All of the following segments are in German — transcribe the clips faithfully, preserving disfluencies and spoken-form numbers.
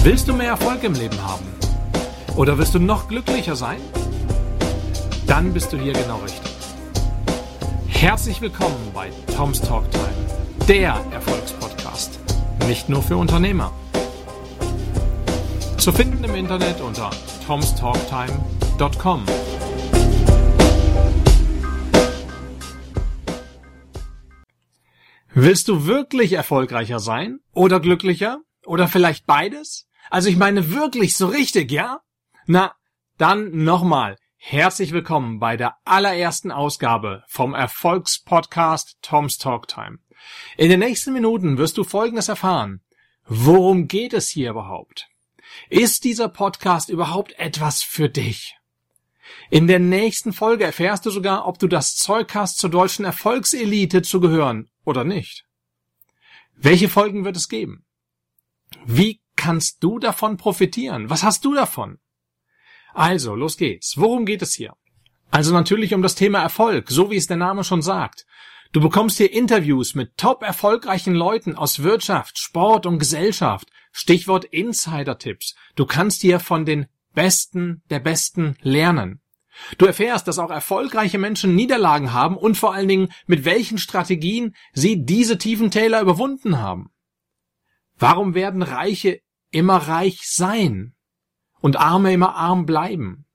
Willst du mehr Erfolg im Leben haben? Oder willst du noch glücklicher sein? Dann bist du hier genau richtig. Herzlich willkommen bei Tom's Talk Time, der Erfolgspodcast. Nicht nur für Unternehmer. Zu finden im Internet unter toms talk time dot com. Willst du wirklich erfolgreicher sein? Oder glücklicher? Oder vielleicht beides? Also ich meine wirklich so richtig, ja? Na, dann nochmal. Herzlich willkommen bei der allerersten Ausgabe vom Erfolgspodcast Tom's Talk Time. In den nächsten Minuten wirst du Folgendes erfahren. Worum geht es hier überhaupt? Ist dieser Podcast überhaupt etwas für dich? In der nächsten Folge erfährst du sogar, ob du das Zeug hast, zur deutschen Erfolgselite zu gehören oder nicht. Welche Folgen wird es geben? Wie kannst du davon profitieren? Was hast du davon? Also, los geht's. Worum geht es hier? Also natürlich um das Thema Erfolg, so wie es der Name schon sagt. Du bekommst hier Interviews mit top erfolgreichen Leuten aus Wirtschaft, Sport und Gesellschaft. Stichwort Insider-Tipps. Du kannst hier von den Besten der Besten lernen. Du erfährst, dass auch erfolgreiche Menschen Niederlagen haben und vor allen Dingen, mit welchen Strategien sie diese tiefen Täler überwunden haben. Warum werden Reiche immer reich sein und Arme immer arm bleiben?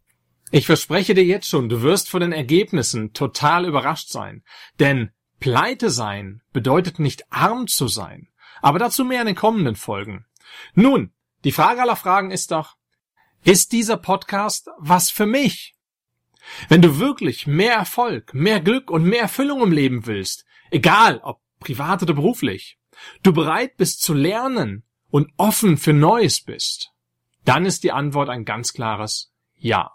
Ich verspreche dir jetzt schon, du wirst von den Ergebnissen total überrascht sein. Denn pleite sein bedeutet nicht arm zu sein. Aber dazu mehr in den kommenden Folgen. Nun, die Frage aller Fragen ist doch, ist dieser Podcast was für mich? Wenn du wirklich mehr Erfolg, mehr Glück und mehr Erfüllung im Leben willst, egal ob privat oder beruflich, du bereit bist zu lernen und offen für Neues bist, dann ist die Antwort ein ganz klares Ja.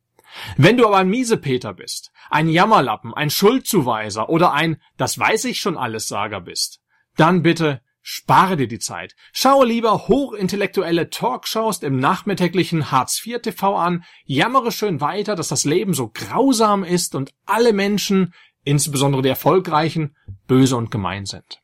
Wenn du aber ein Miesepeter bist, ein Jammerlappen, ein Schuldzuweiser oder ein Das weiß ich schon alles Sager bist, dann bitte spare dir die Zeit. Schaue lieber hochintellektuelle Talkshows im nachmittäglichen Hartz vier T V an, jammere schön weiter, dass das Leben so grausam ist und alle Menschen, insbesondere die Erfolgreichen, böse und gemein sind.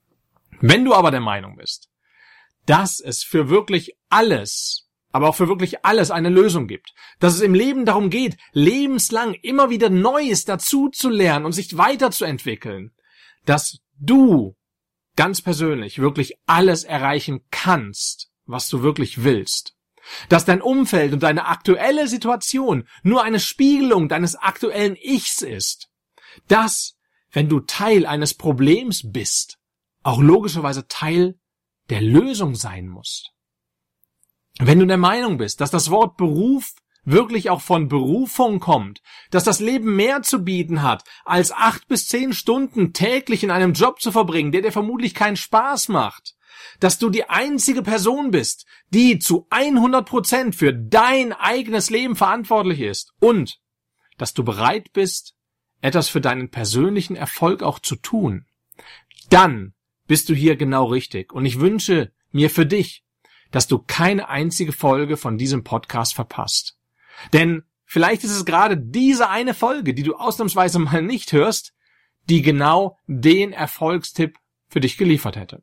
Wenn du aber der Meinung bist, dass es für wirklich alles, aber auch für wirklich alles eine Lösung gibt, dass es im Leben darum geht, lebenslang immer wieder Neues dazu zu lernen und sich weiterzuentwickeln, dass du ganz persönlich wirklich alles erreichen kannst, was du wirklich willst, dass dein Umfeld und deine aktuelle Situation nur eine Spiegelung deines aktuellen Ichs ist, dass, wenn du Teil eines Problems bist, auch logischerweise Teil der Lösung sein musst. Wenn du der Meinung bist, dass das Wort Beruf wirklich auch von Berufung kommt, dass das Leben mehr zu bieten hat, als acht bis zehn Stunden täglich in einem Job zu verbringen, der dir vermutlich keinen Spaß macht, dass du die einzige Person bist, die zu hundert Prozent für dein eigenes Leben verantwortlich ist und dass du bereit bist, etwas für deinen persönlichen Erfolg auch zu tun, dann bist du hier genau richtig. Und ich wünsche mir für dich, dass du keine einzige Folge von diesem Podcast verpasst. Denn vielleicht ist es gerade diese eine Folge, die du ausnahmsweise mal nicht hörst, die genau den Erfolgstipp für dich geliefert hätte.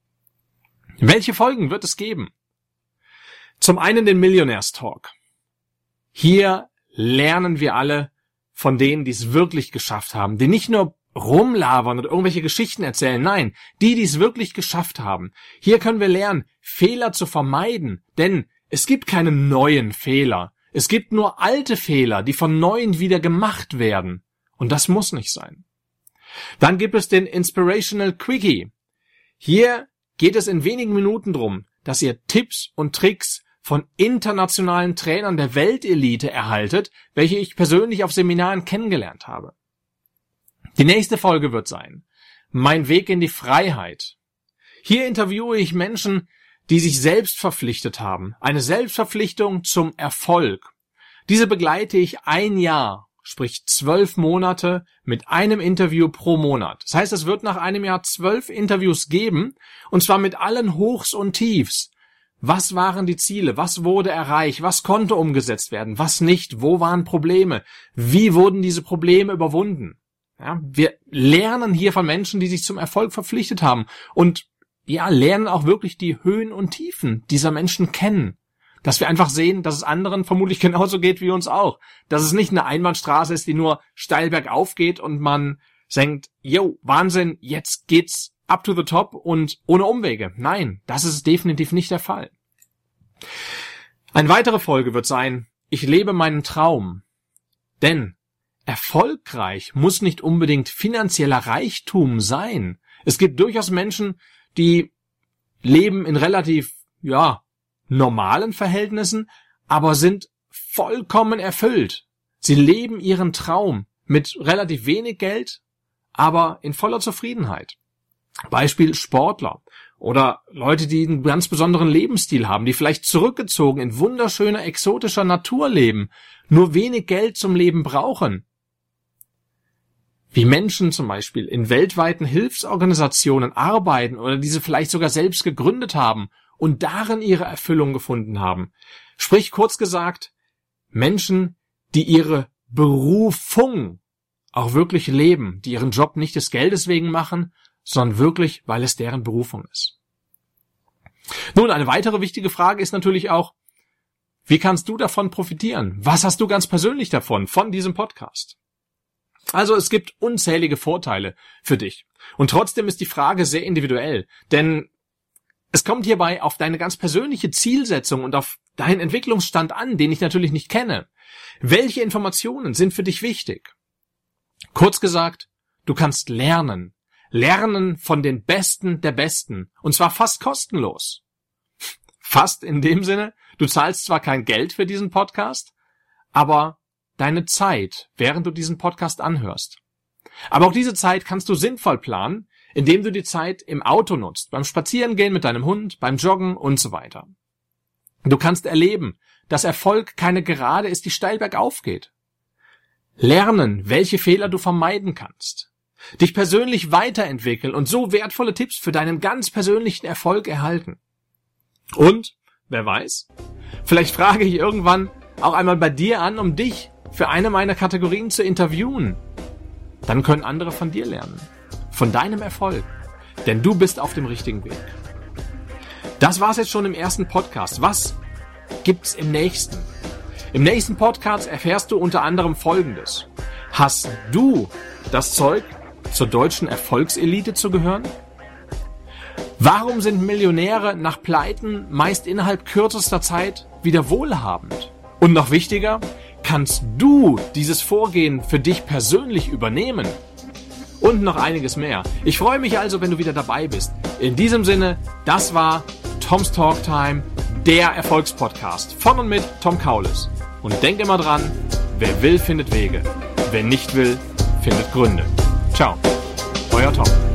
Welche Folgen wird es geben? Zum einen den Millionärs-Talk. Hier lernen wir alle von denen, die es wirklich geschafft haben, die nicht nur rumlabern oder irgendwelche Geschichten erzählen. Nein, die, die es wirklich geschafft haben. Hier können wir lernen, Fehler zu vermeiden, denn es gibt keine neuen Fehler. Es gibt nur alte Fehler, die von neuen wieder gemacht werden. Und das muss nicht sein. Dann gibt es den Inspirational Quickie. Hier geht es in wenigen Minuten drum, dass ihr Tipps und Tricks von internationalen Trainern der Weltelite erhaltet, welche ich persönlich auf Seminaren kennengelernt habe. Die nächste Folge wird sein: Mein Weg in die Freiheit. Hier interviewe ich Menschen, die sich selbst verpflichtet haben. Eine Selbstverpflichtung zum Erfolg. Diese begleite ich ein Jahr, sprich zwölf Monate, mit einem Interview pro Monat. Das heißt, es wird nach einem Jahr zwölf Interviews geben, und zwar mit allen Hochs und Tiefs. Was waren die Ziele? Was wurde erreicht? Was konnte umgesetzt werden? Was nicht? Wo waren Probleme? Wie wurden diese Probleme überwunden? Ja, wir lernen hier von Menschen, die sich zum Erfolg verpflichtet haben. Und ja, lernen auch wirklich die Höhen und Tiefen dieser Menschen kennen. Dass wir einfach sehen, dass es anderen vermutlich genauso geht wie uns auch. Dass es nicht eine Einbahnstraße ist, die nur steil bergauf geht und man denkt, yo, Wahnsinn, jetzt geht's up to the top und ohne Umwege. Nein, das ist definitiv nicht der Fall. Eine weitere Folge wird sein, ich lebe meinen Traum. Denn erfolgreich muss nicht unbedingt finanzieller Reichtum sein. Es gibt durchaus Menschen, die leben in relativ, ja, normalen Verhältnissen, aber sind vollkommen erfüllt. Sie leben ihren Traum mit relativ wenig Geld, aber in voller Zufriedenheit. Beispiel Sportler oder Leute, die einen ganz besonderen Lebensstil haben, die vielleicht zurückgezogen in wunderschöner, exotischer Natur leben, nur wenig Geld zum Leben brauchen. Wie Menschen zum Beispiel in weltweiten Hilfsorganisationen arbeiten oder diese vielleicht sogar selbst gegründet haben und darin ihre Erfüllung gefunden haben. Sprich, kurz gesagt, Menschen, die ihre Berufung auch wirklich leben, die ihren Job nicht des Geldes wegen machen, sondern wirklich, weil es deren Berufung ist. Nun, eine weitere wichtige Frage ist natürlich auch, wie kannst du davon profitieren? Was hast du ganz persönlich davon, von diesem Podcast? Also es gibt unzählige Vorteile für dich. Und trotzdem ist die Frage sehr individuell, denn es kommt hierbei auf deine ganz persönliche Zielsetzung und auf deinen Entwicklungsstand an, den ich natürlich nicht kenne. Welche Informationen sind für dich wichtig? Kurz gesagt, du kannst lernen. Lernen von den Besten der Besten. Und zwar fast kostenlos. Fast in dem Sinne, du zahlst zwar kein Geld für diesen Podcast, aber deine Zeit, während du diesen Podcast anhörst. Aber auch diese Zeit kannst du sinnvoll planen, indem du die Zeit im Auto nutzt, beim Spazierengehen mit deinem Hund, beim Joggen und so weiter. Du kannst erleben, dass Erfolg keine Gerade ist, die steil bergauf geht. Lernen, welche Fehler du vermeiden kannst. Dich persönlich weiterentwickeln und so wertvolle Tipps für deinen ganz persönlichen Erfolg erhalten. Und, wer weiß, vielleicht frage ich irgendwann auch einmal bei dir an, um dich für eine meiner Kategorien zu interviewen. Dann können andere von dir lernen. Von deinem Erfolg. Denn du bist auf dem richtigen Weg. Das war's jetzt schon im ersten Podcast. Was gibt's im nächsten? Im nächsten Podcast erfährst du unter anderem Folgendes. Hast du das Zeug, zur deutschen Erfolgselite zu gehören? Warum sind Millionäre nach Pleiten meist innerhalb kürzester Zeit wieder wohlhabend? Und noch wichtiger, kannst du dieses Vorgehen für dich persönlich übernehmen? Und noch einiges mehr. Ich freue mich also, wenn du wieder dabei bist. In diesem Sinne, das war Tom's Talk Time, der Erfolgspodcast von und mit Tom Kaulis. Und denk immer dran, wer will, findet Wege. Wer nicht will, findet Gründe. Ciao, euer Tom.